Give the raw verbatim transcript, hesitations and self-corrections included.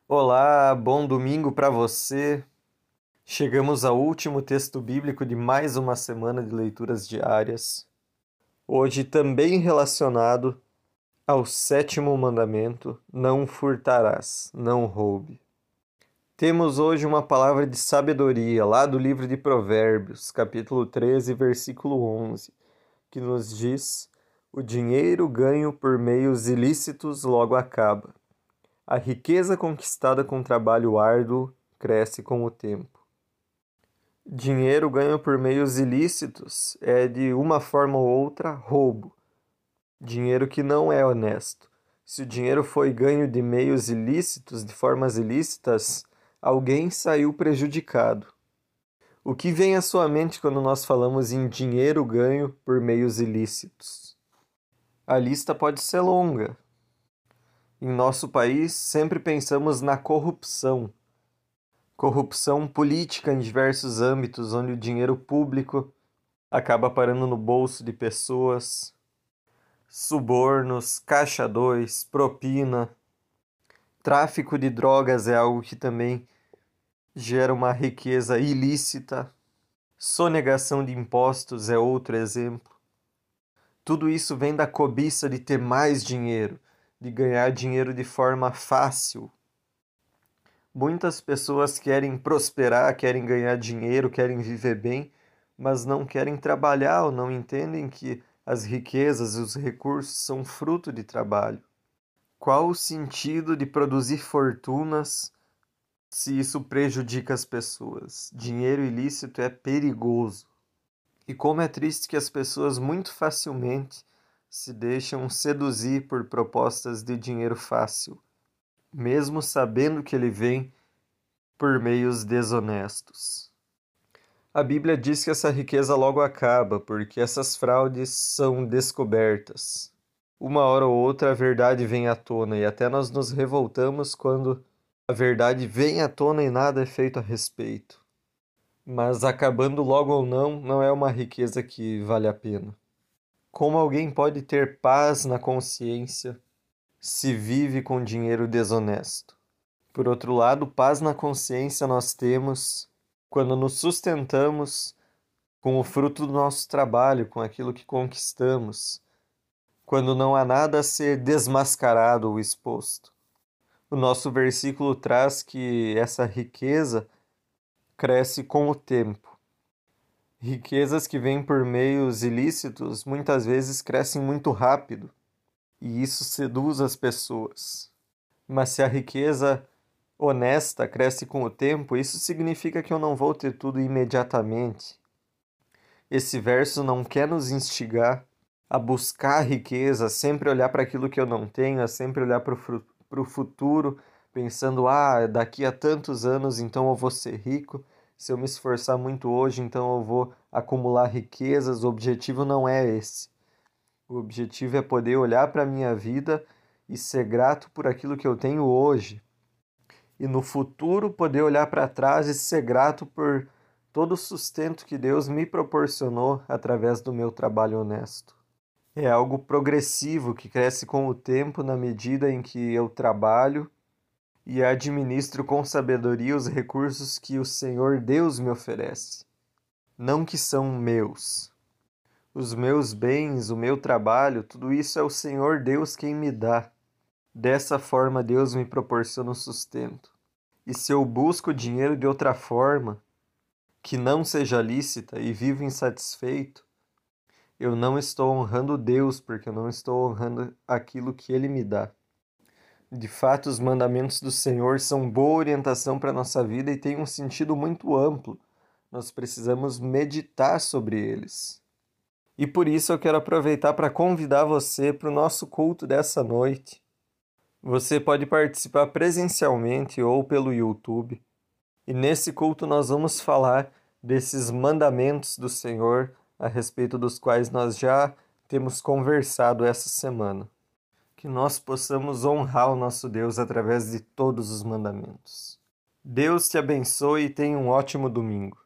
Olá, bom domingo para você. Chegamos ao último texto bíblico de mais uma semana de leituras diárias. Hoje também relacionado ao sétimo mandamento: não furtarás, não roube. Temos hoje uma palavra de sabedoria lá do livro de Provérbios, capítulo treze, versículo onze, que nos diz: o dinheiro ganho por meios ilícitos logo acaba. A riqueza conquistada com trabalho árduo cresce com o tempo. Dinheiro ganho por meios ilícitos é, de uma forma ou outra, roubo. Dinheiro que não é honesto. Se o dinheiro foi ganho de meios ilícitos, de formas ilícitas, alguém saiu prejudicado. O que vem à sua mente quando nós falamos em dinheiro ganho por meios ilícitos? A lista pode ser longa. Em nosso país, sempre pensamos na corrupção. Corrupção política em diversos âmbitos, onde o dinheiro público acaba parando no bolso de pessoas. Subornos, caixa dois, propina. Tráfico de drogas é algo que também gera uma riqueza ilícita. Sonegação de impostos é outro exemplo. Tudo isso vem da cobiça de ter mais dinheiro, de ganhar dinheiro de forma fácil. Muitas pessoas querem prosperar, querem ganhar dinheiro, querem viver bem, mas não querem trabalhar ou não entendem que as riquezas e os recursos são fruto de trabalho. Qual o sentido de produzir fortunas se isso prejudica as pessoas? Dinheiro ilícito é perigoso. E como é triste que as pessoas muito facilmente se deixam seduzir por propostas de dinheiro fácil, mesmo sabendo que ele vem por meios desonestos. A Bíblia diz que essa riqueza logo acaba, porque essas fraudes são descobertas. Uma hora ou outra a verdade vem à tona, e até nós nos revoltamos quando a verdade vem à tona e nada é feito a respeito. Mas acabando logo ou não, não é uma riqueza que vale a pena. Como alguém pode ter paz na consciência se vive com dinheiro desonesto? Por outro lado, paz na consciência nós temos quando nos sustentamos com o fruto do nosso trabalho, com aquilo que conquistamos, quando não há nada a ser desmascarado ou exposto. O nosso versículo traz que essa riqueza cresce com o tempo. Riquezas que vêm por meios ilícitos muitas vezes crescem muito rápido, e isso seduz as pessoas. Mas se a riqueza honesta cresce com o tempo, isso significa que eu não vou ter tudo imediatamente. Esse verso não quer nos instigar a buscar a riqueza, a sempre olhar para aquilo que eu não tenho, a sempre olhar para o futuro, pensando, ah, daqui a tantos anos então eu vou ser rico, se eu me esforçar muito hoje então eu vou acumular riquezas. O objetivo não é esse. O objetivo é poder olhar para a minha vida e ser grato por aquilo que eu tenho hoje. E no futuro poder olhar para trás e ser grato por todo o sustento que Deus me proporcionou através do meu trabalho honesto. É algo progressivo que cresce com o tempo na medida em que eu trabalho e administro com sabedoria os recursos que o Senhor Deus me oferece, não que são meus. Os meus bens, o meu trabalho, tudo isso é o Senhor Deus quem me dá. Dessa forma Deus me proporciona o sustento. E se eu busco dinheiro de outra forma, que não seja lícita, e vivo insatisfeito, eu não estou honrando Deus, porque eu não estou honrando aquilo que Ele me dá. De fato, os mandamentos do Senhor são boa orientação para a nossa vida e têm um sentido muito amplo. Nós precisamos meditar sobre eles. E por isso eu quero aproveitar para convidar você para o nosso culto dessa noite. Você pode participar presencialmente ou pelo YouTube. E nesse culto nós vamos falar desses mandamentos do Senhor, a respeito dos quais nós já temos conversado essa semana. Que nós possamos honrar o nosso Deus através de todos os mandamentos. Deus te abençoe e tenha um ótimo domingo.